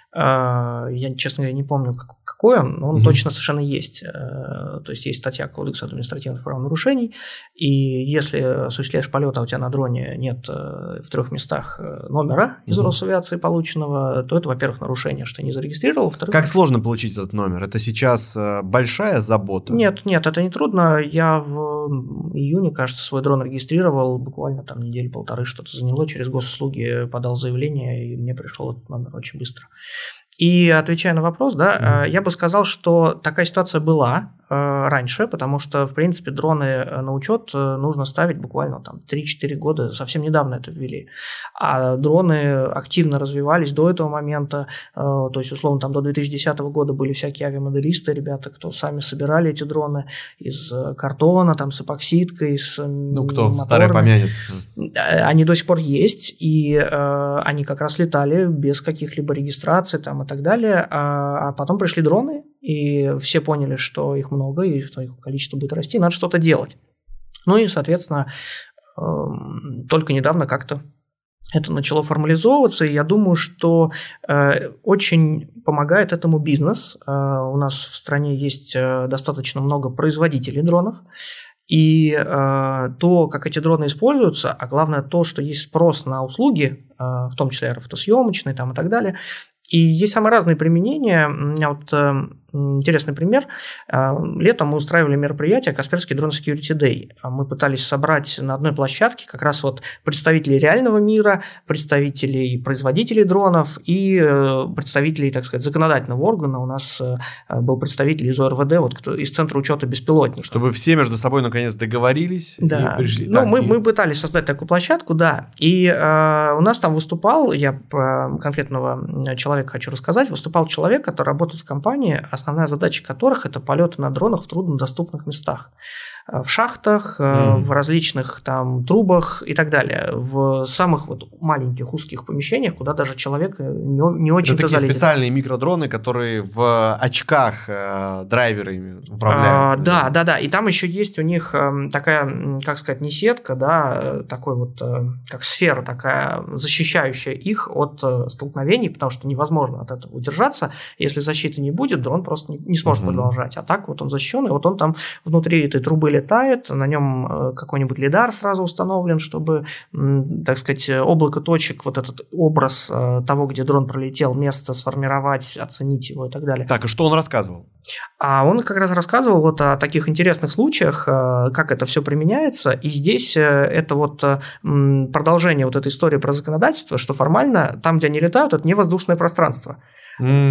Я, честно говоря, не помню, какой он, но он mm-hmm. точно совершенно есть. То есть есть статья Кодекса административных правонарушений, и если осуществляешь полет, а у тебя на дроне нет в трех местах номера из mm-hmm. Росавиации полученного, то это, во-первых, нарушение, что не зарегистрировал. Во-вторых, как сложно получить этот номер? Это сейчас большая забота? Нет, нет, это не трудно. Я в июне, кажется, свой дрон регистрировал, буквально там недели-полторы что-то заняло, через госуслуги подал заявление, и мне пришел этот номер очень быстро. И отвечая на вопрос, да, mm-hmm. я бы сказал, что такая ситуация была э, раньше, потому что, в принципе, дроны на учет нужно ставить буквально там три-четыре года, совсем недавно это ввели. А дроны активно развивались до этого момента, э, то есть, условно, там до две тысячи десятого года были всякие авиамоделисты, ребята, кто сами собирали эти дроны из картона, там, с эпоксидкой, с Ну, кто моторами. Старый помянет. Они до сих пор есть, и э, они как раз летали без каких-либо регистраций, там, и так далее, а, а потом пришли дроны, и все поняли, что их много, и что их количество будет расти, надо что-то делать. Ну и, соответственно, э, только недавно как-то это начало формализовываться, и я думаю, что э, очень помогает этому бизнес. Э, у нас в стране есть э, достаточно много производителей дронов, и э, то, как эти дроны используются, а главное то, что есть спрос на услуги, э, в том числе аэрофотосъемочные там, и так далее. И есть самые разные применения. У меня вот э, интересный пример. Э, летом мы устраивали мероприятие «Касперский Drone Security Day». Мы пытались собрать на одной площадке как раз вот представителей реального мира, представителей производителей дронов и э, представителей, так сказать, законодательного органа. У нас э, был представитель из ОРВД, вот, кто, из Центра учета беспилотников. Чтобы все между собой наконец договорились да. и пришли. Ну, так, мы, и... мы пытались создать такую площадку, да. И э, у нас там выступал, я про конкретного человека хочу рассказать, выступал человек, который работает в компании, основная задача которых – это полеты на дронах в труднодоступных местах. В шахтах, mm. в различных там трубах и так далее. В самых вот маленьких узких помещениях, куда даже человек не, не очень-то это такие залезет. Специальные микродроны, которые в очках э, драйверами управляют. А, да, да, да. И там еще есть у них э, такая, как сказать, не сетка, да, такой вот, э, как сфера такая, защищающая их от э, столкновений, потому что невозможно от этого удержаться. Если защиты не будет, дрон просто не, не сможет mm-hmm. продолжать. А так вот он защищен, и вот он там внутри этой трубы летает, на нем какой-нибудь лидар сразу установлен, чтобы, так сказать, облако точек, вот этот образ того, где дрон пролетел, место сформировать, оценить его и так далее. Так, и что он рассказывал? А он как раз рассказывал вот о таких интересных случаях, как это все применяется, и здесь это вот продолжение вот этой истории про законодательство, что формально там, где они летают, это не воздушное пространство. Mm.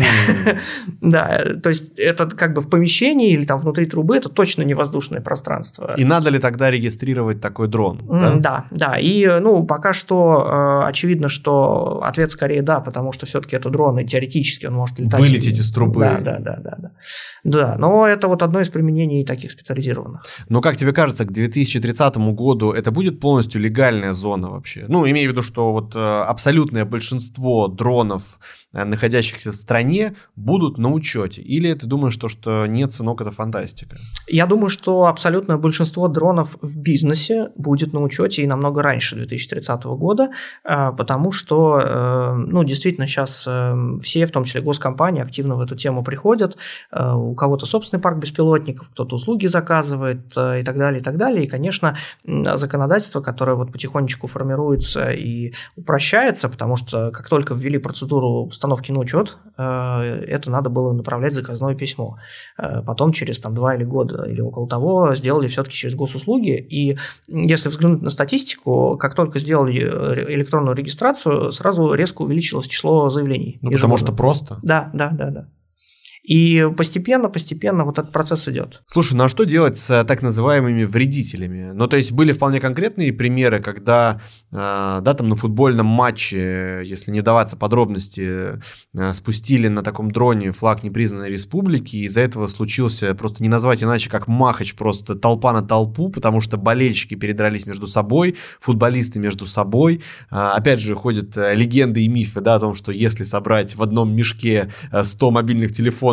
Да, то есть это как бы в помещении или там внутри трубы, это точно не воздушное пространство. И надо ли тогда регистрировать такой дрон? Mm, да? да, да. И ну пока что э, очевидно, что ответ скорее да, потому что все-таки это дрон, и теоретически он может летать. Вылететь из трубы. Да, да, да, да, да. Да, но это вот одно из применений таких специализированных. Но как тебе кажется, к две тысячи тридцатому году это будет полностью легальная зона вообще? Ну, имею в виду, что вот э, абсолютное большинство дронов, находящихся в стране, будут на учете? Или ты думаешь, что, что нет, сынок, это фантастика? Я думаю, что абсолютное большинство дронов в бизнесе будет на учете и намного раньше две тысячи тридцатого года, потому что, ну, действительно, сейчас все, в том числе госкомпании, активно в эту тему приходят. У кого-то собственный парк беспилотников, кто-то услуги заказывает и так далее, и так далее. И, конечно, законодательство, которое вот потихонечку формируется и упрощается, потому что как только ввели процедуру установки на учет, это надо было направлять заказное письмо. Потом через там, два или года или около того сделали все-таки через госуслуги. И если взглянуть на статистику, как только сделали электронную регистрацию, сразу резко увеличилось число заявлений. Ну, потому что просто? Да, да, да, да. И постепенно-постепенно вот этот процесс идет. Слушай, ну а что делать с так называемыми вредителями? Ну, то есть были вполне конкретные примеры, когда, э, да, там на футбольном матче, если не даваться подробности, э, спустили на таком дроне флаг непризнанной республики, и из-за этого случился, просто не назвать иначе, как махач, просто толпа на толпу, потому что болельщики передрались между собой, футболисты между собой. Э, опять же, ходят легенды и мифы, да, о том, что если собрать в одном мешке сто мобильных телефонов,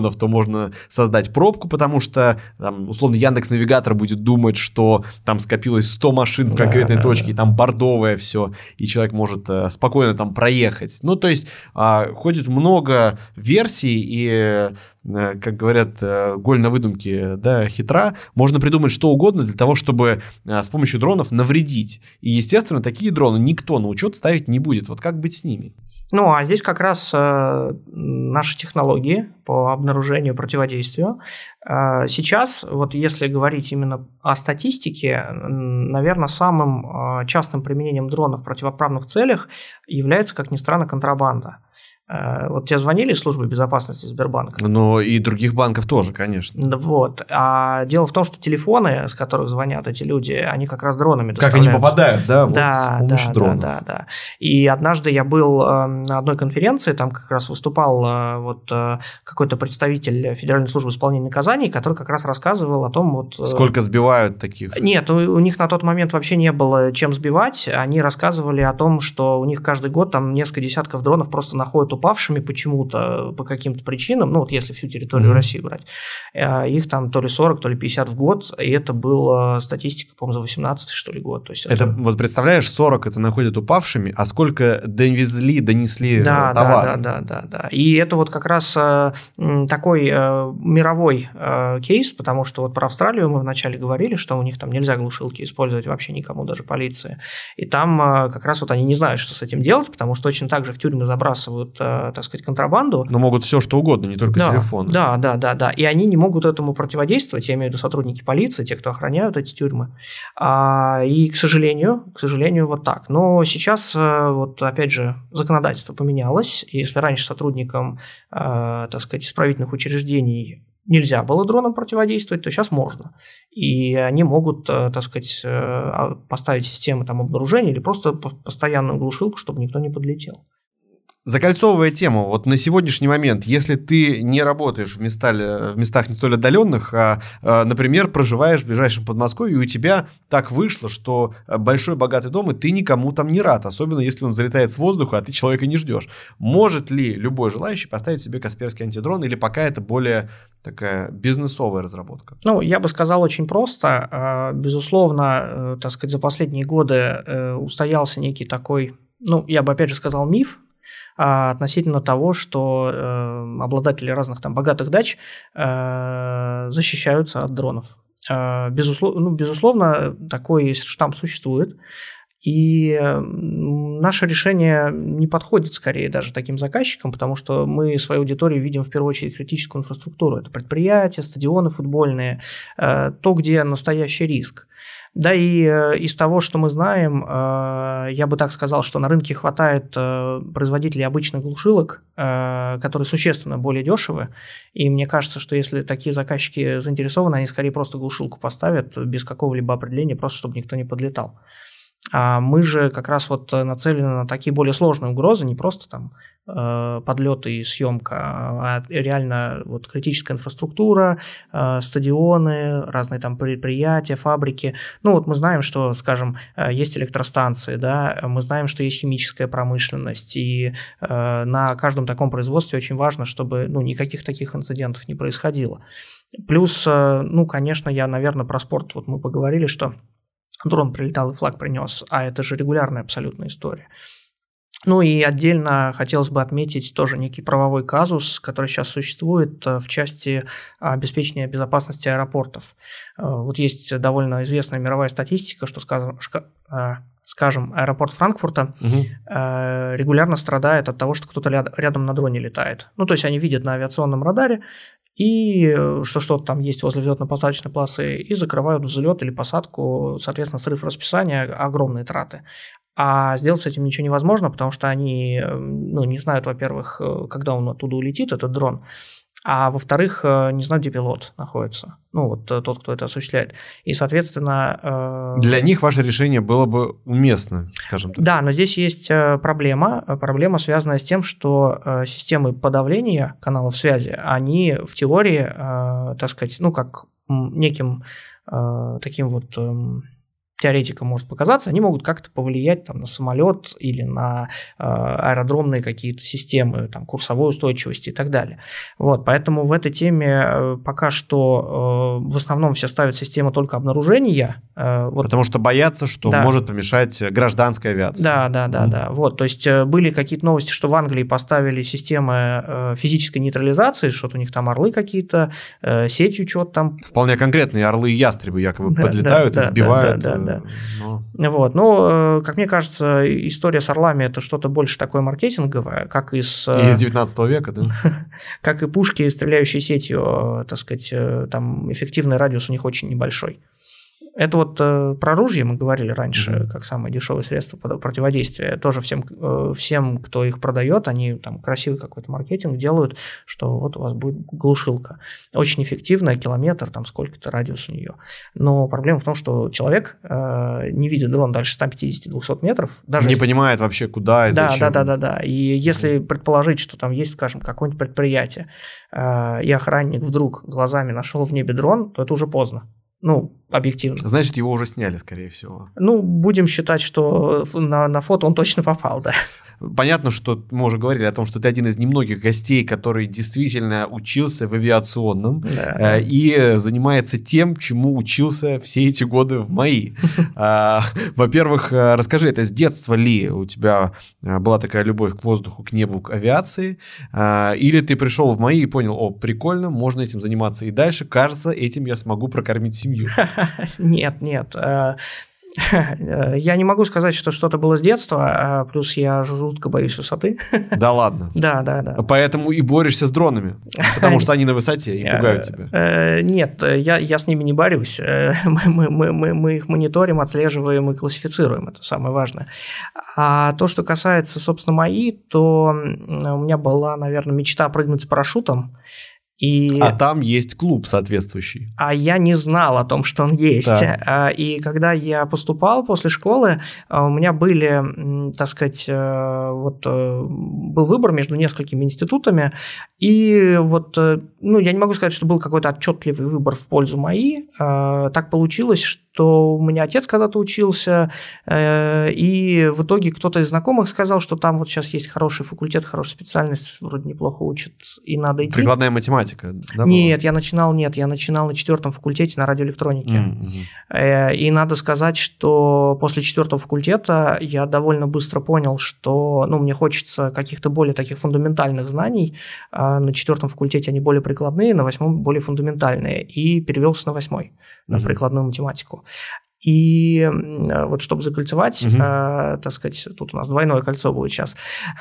дронов, то можно создать пробку, потому что, там, условно, Яндекс.Навигатор будет думать, что там скопилось сто машин в конкретной да, точке, да, да. и там бордовое все, и человек может э, спокойно там проехать. Ну, то есть, э, ходит много версий, и, э, как говорят, э, голь на выдумке, да, хитра. Можно придумать что угодно для того, чтобы э, с помощью дронов навредить. И, естественно, такие дроны никто на учет ставить не будет. Вот как быть с ними? Ну, а здесь как раз э, наши технологии по обнаружению, противодействию. Э, сейчас, вот если говорить именно о статистике, наверное, самым э, частым применением дронов в противоправных целях является, как ни странно, контрабанда. Вот тебе звонили из службы безопасности Сбербанка? Ну, и других банков тоже, конечно. Вот. А дело в том, что телефоны, с которых звонят эти люди, они как раз дронами доставляются. Как они попадают, да, вот да, с помощью да, дронов. Да, да, да. И однажды я был на одной конференции, там как раз выступал вот какой-то представитель Федеральной службы исполнения наказаний, который как раз рассказывал о том, вот... Сколько сбивают таких? Нет, у них на тот момент вообще не было чем сбивать. Они рассказывали о том, что у них каждый год там несколько десятков дронов просто находят упавшими почему-то, по каким-то причинам, ну вот если всю территорию mm-hmm. России брать, их там то ли сорок, то ли пятьдесят в год, и это была статистика, по-моему, за восемнадцатый, что ли, год. То есть это, это, вот представляешь, сорок это находят упавшими, а сколько довезли, донесли да, товар. Да, да, да, да, да. И это вот как раз э, такой э, мировой э, кейс, потому что вот про Австралию мы вначале говорили, что у них там нельзя глушилки использовать вообще никому, даже полиции. И там э, как раз вот они не знают, что с этим делать, потому что точно так же в тюрьмы забрасывают, э, так сказать, контрабанду. Но могут все что угодно, не только да, телефоны. Да, да, да, да. И они не могут этому противодействовать, я имею в виду сотрудники полиции, те, кто охраняют эти тюрьмы. А, и, к сожалению, к сожалению, вот так. Но сейчас, вот опять же, законодательство поменялось. И если раньше сотрудникам, э, так сказать, исправительных учреждений нельзя было дроном противодействовать, то сейчас можно. И они могут, так сказать, поставить системы там обнаружения или просто постоянную глушилку, чтобы никто не подлетел. Закольцовывая тему, вот на сегодняшний момент, если ты не работаешь в, места, в местах не столь отдаленных, а, например, проживаешь в ближайшем Подмосковье, и у тебя так вышло, что большой богатый дом, и ты никому там не рад, особенно если он залетает с воздуха, а ты человека не ждешь. Может ли любой желающий поставить себе Касперский антидрон, или пока это более такая бизнесовая разработка? Ну, я бы сказал очень просто. Безусловно, так сказать, за последние годы устоялся некий такой, ну, я бы опять же сказал, миф, относительно того, что э, обладатели разных там богатых дач э, защищаются от дронов. Э, безусловно, ну, безусловно, такой штамп существует, и э, наше решение не подходит скорее даже таким заказчикам, потому что мы свою аудиторию видим в первую очередь критическую инфраструктуру. Это предприятия, стадионы футбольные, э, то, где настоящий риск. Да и э, из того, что мы знаем, э, я бы так сказал, что на рынке хватает э, производителей обычных глушилок, э, которые существенно более дешевы, и мне кажется, что если такие заказчики заинтересованы, они скорее просто глушилку поставят без какого-либо определения, просто чтобы никто не подлетал. А мы же как раз вот нацелены на такие более сложные угрозы, не просто там э, подлеты и съемка, а реально вот критическая инфраструктура, э, стадионы, разные там предприятия, фабрики. Ну вот мы знаем, что, скажем, есть электростанции, да, мы знаем, что есть химическая промышленность, и э, на каждом таком производстве очень важно, чтобы ну, никаких таких инцидентов не происходило. Плюс, э, ну, конечно, я, наверное, про спорт вот мы поговорили, что дрон прилетал и флаг принес, а это же регулярная абсолютная история. Ну и отдельно хотелось бы отметить тоже некий правовой казус, который сейчас существует в части обеспечения безопасности аэропортов. Вот есть довольно известная мировая статистика, что, скажем, скажем аэропорт Франкфурта угу. регулярно страдает от того, что кто-то рядом на дроне летает. Ну то есть они видят на авиационном радаре, и что что-то там есть возле взлетно-посадочной полосы, и закрывают взлет или посадку, соответственно, срыв расписания, огромные траты. А сделать с этим ничего невозможно, потому что они ну, не знают, во-первых, когда он оттуда улетит, этот дрон, а во-вторых, не знают, где пилот находится, ну вот тот, кто это осуществляет. И, соответственно... Для них ваше решение было бы уместно, скажем так. Да, но здесь есть проблема, проблема, связанная с тем, что системы подавления каналов связи, они в теории, так сказать, ну как неким таким вот... теоретикам может показаться, они могут как-то повлиять там, на самолет или на э, аэродромные какие-то системы, там, курсовой устойчивости и так далее. Вот, поэтому в этой теме э, пока что э, в основном все ставят систему только обнаружения. Э, вот. Потому что боятся, что да. может помешать гражданской авиации. Да, да, да, mm. да. Вот, то есть э, были какие-то новости, что в Англии поставили системы э, физической нейтрализации, что-то у них там орлы какие-то, э, сетью что-то там. Вполне конкретные орлы и ястребы якобы да, подлетают да, и сбивают. Да, да, да. Да. Но... Вот. Ну, как мне кажется, история с орлами – это что-то больше такое маркетинговое, как из… Из девятнадцатого века, да? Как и пушки, стреляющие сетью, так сказать, там эффективный радиус у них очень небольшой. Это вот э, про ружья мы говорили раньше, mm-hmm. как самое дешевое средство противодействия. Тоже всем, э, всем, кто их продает, они там красивый какой-то маркетинг делают, что вот у вас будет глушилка. Очень эффективная, километр, там сколько-то радиус у нее. Но проблема в том, что человек э, не видит дрон дальше ста пятидесяти — двухсот метров. Даже не если... понимает вообще, куда и да, зачем. Да, да, да, да. И если mm-hmm. предположить, что там есть, скажем, какое-нибудь предприятие, э, и охранник вдруг глазами нашел в небе дрон, то это уже поздно. Ну, объективно. Значит, его уже сняли, скорее всего. Ну, будем считать, что на, на фото он точно попал, да. Понятно, что мы уже говорили о том, что ты один из немногих гостей, который действительно учился в авиационном да. э, и занимается тем, чему учился все эти годы в МАИ. Во-первых, расскажи, это с детства ли у тебя была такая любовь к воздуху, к небу, к авиации? Или ты пришел в МАИ и понял, о, прикольно, можно этим заниматься и дальше, кажется, этим я смогу прокормить семью? Нет, нет. Я не могу сказать, что что-то было с детства, плюс я жутко боюсь высоты. Да ладно? Да, да, да. Поэтому и борешься с дронами, потому что они на высоте и пугают тебя. Нет, я, я с ними не борюсь. Мы, мы, мы, мы их мониторим, отслеживаем и классифицируем, это самое важное. А то, что касается, собственно, МАИ, то у меня была, наверное, мечта прыгнуть с парашютом. И... А там есть клуб соответствующий. А я не знал о том, что он есть. Да. И когда я поступал после школы, у меня были, так сказать, вот был выбор между несколькими институтами. И вот, ну, я не могу сказать, что был какой-то отчетливый выбор в пользу МАИ. Так получилось, что у меня отец когда-то учился, и в итоге кто-то из знакомых сказал, что там вот сейчас есть хороший факультет, хорошая специальность, вроде неплохо учат, и надо идти. Прикладная математика. Да, нет, была? я начинал, нет, я начинал на четвертом факультете на радиоэлектронике. Mm-hmm. И надо сказать, что после четвертого факультета я довольно быстро понял, что, ну, мне хочется каких-то более таких фундаментальных знаний. На четвертом факультете они более прикладные, на восьмом более фундаментальные. И перевелся на восьмой, на mm-hmm. прикладную математику. И вот чтобы закольцевать, угу. э, так сказать, тут у нас двойное кольцо будет сейчас.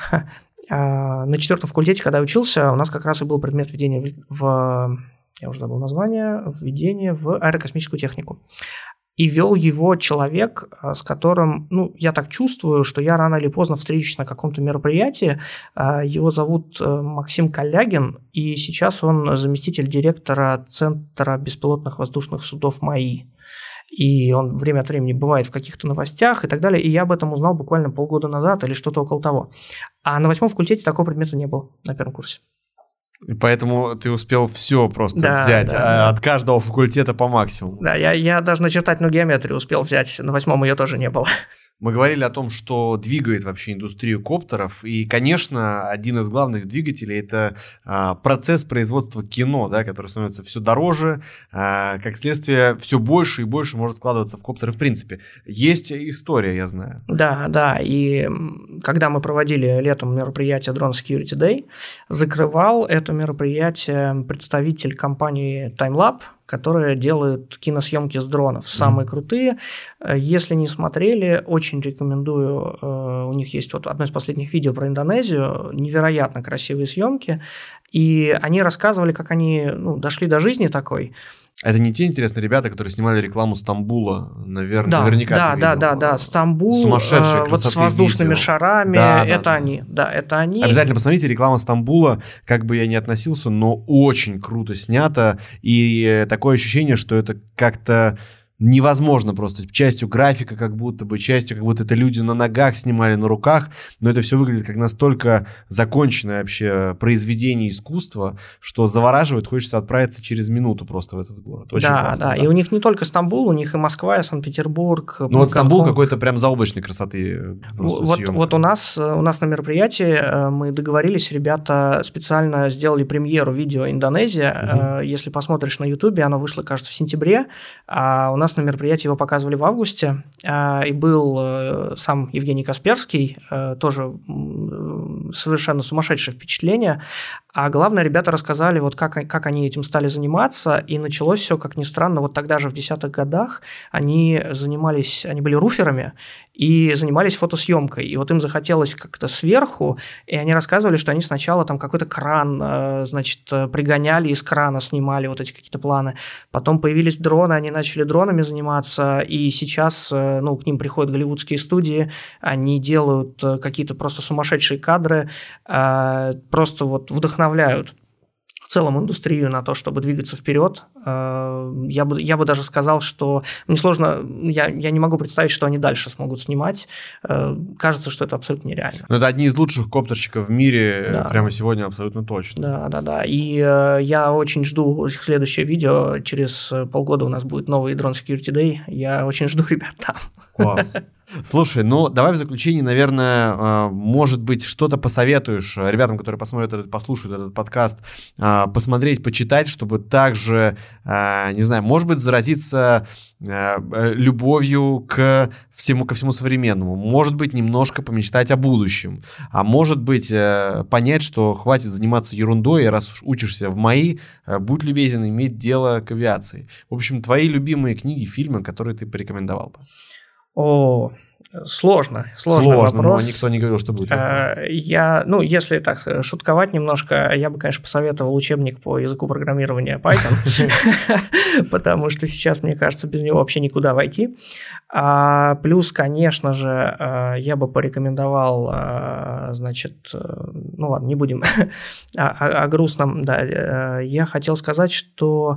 На четвертом факультете, когда я учился, у нас как раз и был предмет введения в, я уже забыл название, введение в аэрокосмическую технику. И вел его человек, с которым, ну, я так чувствую, что я рано или поздно встречусь на каком-то мероприятии. Его зовут Максим Калягин, и сейчас он заместитель директора Центра беспилотных воздушных судов МАИ. И он время от времени бывает в каких-то новостях и так далее. И я об этом узнал буквально полгода назад или что-то около того. А на восьмом факультете такого предмета не было на первом курсе. И поэтому ты успел все просто да, взять, да, а, от каждого факультета по максимуму. Да, я, я даже начертательную геометрию успел взять, на восьмом ее тоже не было. Мы говорили о том, что двигает вообще индустрию коптеров, и, конечно, один из главных двигателей – это а, процесс производства кино, да, который становится все дороже, а, как следствие, все больше и больше может вкладываться в коптеры в принципе. Есть история, я знаю. Да, да, и когда мы проводили летом мероприятие Drone Security Day, закрывал это мероприятие представитель компании TimeLab, которые делают киносъемки с дронов. Самые mm. крутые. Если не смотрели, очень рекомендую. У них есть вот одно из последних видео про Индонезию. Невероятно красивые съемки. И они рассказывали, как они ну, дошли до жизни такой. Это не те интересные ребята, которые снимали рекламу Стамбула, наверное, да, наверняка да, ты да, видел. Да, да, да, Стамбул, сумасшедшие э, вот с воздушными видео. шарами, да, это да, они, да. да, это они. Обязательно посмотрите, реклама Стамбула, как бы я ни относился, но очень круто снято, и такое ощущение, что это как-то невозможно просто. Частью графика как будто бы, частью как будто это люди на ногах снимали, на руках, но это все выглядит как настолько законченное вообще произведение искусства, что завораживает, хочется отправиться через минуту просто в этот город. Очень да, классно, да, да, и у них не только Стамбул, у них и Москва, и Санкт-Петербург. Ну вот Стамбул какой-то прям заоблачной красоты. Вот, вот у нас, у нас на мероприятии мы договорились, ребята специально сделали премьеру видео «Индонезия». Угу. Если посмотришь на Ютубе, оно вышло, кажется, в сентябре, а у нас на мероприятии его показывали в августе, и был сам Евгений Касперский, тоже совершенно сумасшедшее впечатление. А главное, ребята рассказали, вот как, как они этим стали заниматься, и началось все, как ни странно, вот тогда же в десятых годах они занимались, они были руферами и занимались фотосъемкой, и вот им захотелось как-то сверху, и они рассказывали, что они сначала там какой-то кран, значит, пригоняли, из крана снимали вот эти какие-то планы, потом появились дроны, они начали дронами заниматься, и сейчас, ну, к ним приходят голливудские студии, они делают какие-то просто сумасшедшие кадры, просто вот вдохновляют вдохновляют в целом индустрию на то, чтобы двигаться вперед. Я бы, я бы даже сказал, что мне сложно, я, я не могу представить, что они дальше смогут снимать. Кажется, что это абсолютно нереально. Но это одни из лучших коптерщиков в мире, да. Прямо сегодня абсолютно точно. Да, да, да. И я очень жду следующее видео. Через полгода у нас будет новый Drone Security Day. Я очень жду ребят там. Класс. Слушай, ну давай в заключение, наверное, может быть, что-то посоветуешь ребятам, которые посмотрят этот, послушают этот подкаст, посмотреть, почитать, чтобы также, не знаю, может быть, заразиться любовью к всему, ко всему современному, может быть, немножко помечтать о будущем, а может быть, понять, что хватит заниматься ерундой, и раз уж учишься в МАИ, будь любезен иметь дело к авиации. В общем, твои любимые книги, фильмы, которые ты порекомендовал бы. О, сложно, сложный Сложно, вопрос. Но никто не говорил, что будет легко. Я, ну, если так шутковать немножко, я бы, конечно, посоветовал учебник по языку программирования Python, потому что сейчас, мне кажется, без него вообще никуда войти. Плюс, конечно же, я бы порекомендовал, значит, ну ладно, не будем о грустном, да, я хотел сказать, что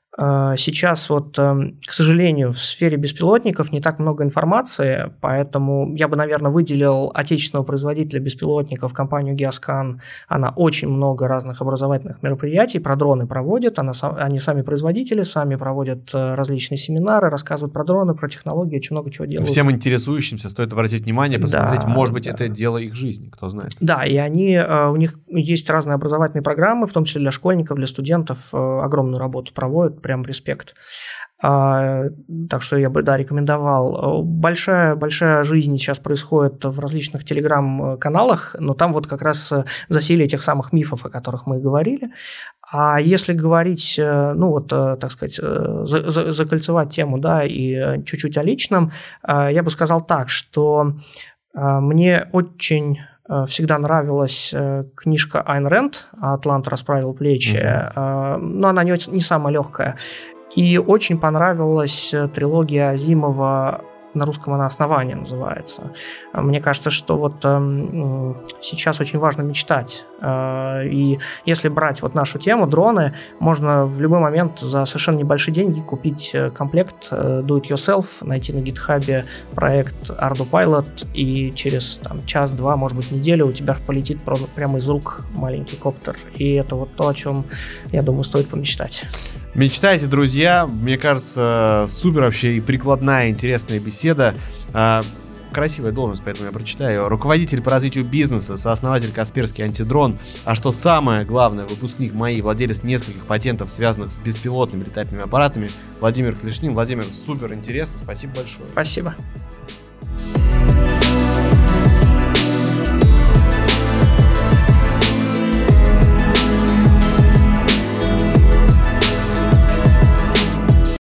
сейчас вот, к сожалению, в сфере беспилотников не так много информации, поэтому я бы, наверное, выделил отечественного производителя беспилотников, компанию Geoscan. Она очень много разных образовательных мероприятий про дроны проводит, она, они сами производители, сами проводят различные семинары, рассказывают про дроны, про технологии, очень много чего делают. Всем интересующимся стоит обратить внимание, посмотреть, да, может быть, да. это дело их жизни, кто знает. Да, и они, у них есть разные образовательные программы, в том числе для школьников, для студентов, огромную работу проводят. Прям респект. А, так что я бы, да, рекомендовал. Большая, большая жизнь сейчас происходит в различных телеграм-каналах, но там вот как раз засилие тех самых мифов, о которых мы говорили. А если говорить, ну вот, так сказать, за, за, закольцевать тему, да, и чуть-чуть о личном, я бы сказал так, что мне очень... Всегда нравилась книжка Айн Рэнд «Атлант расправил плечи», mm-hmm. но она не, не самая легкая. И очень понравилась трилогия Азимова, на русском она «Основание» называется. Мне кажется, что вот э, сейчас очень важно мечтать. Э, и если брать вот нашу тему, дроны, можно в любой момент за совершенно небольшие деньги купить комплект э, do it yourself, найти на гитхабе проект Ardu Pilot, и через там, час-два, может быть, неделю у тебя полетит прямо из рук маленький коптер. И это вот то, о чем, я думаю, стоит помечтать. Мечтайте, друзья. Мне кажется, супер вообще и прикладная, интересная беседа. Красивая должность, поэтому я прочитаю. Руководитель по развитию бизнеса, сооснователь Касперский Антидрон. А что самое главное, выпускник МАИ, владелец нескольких патентов, связанных с беспилотными летательными аппаратами, Владимир Клешнин. Владимир, супер интересно. Спасибо большое. Спасибо.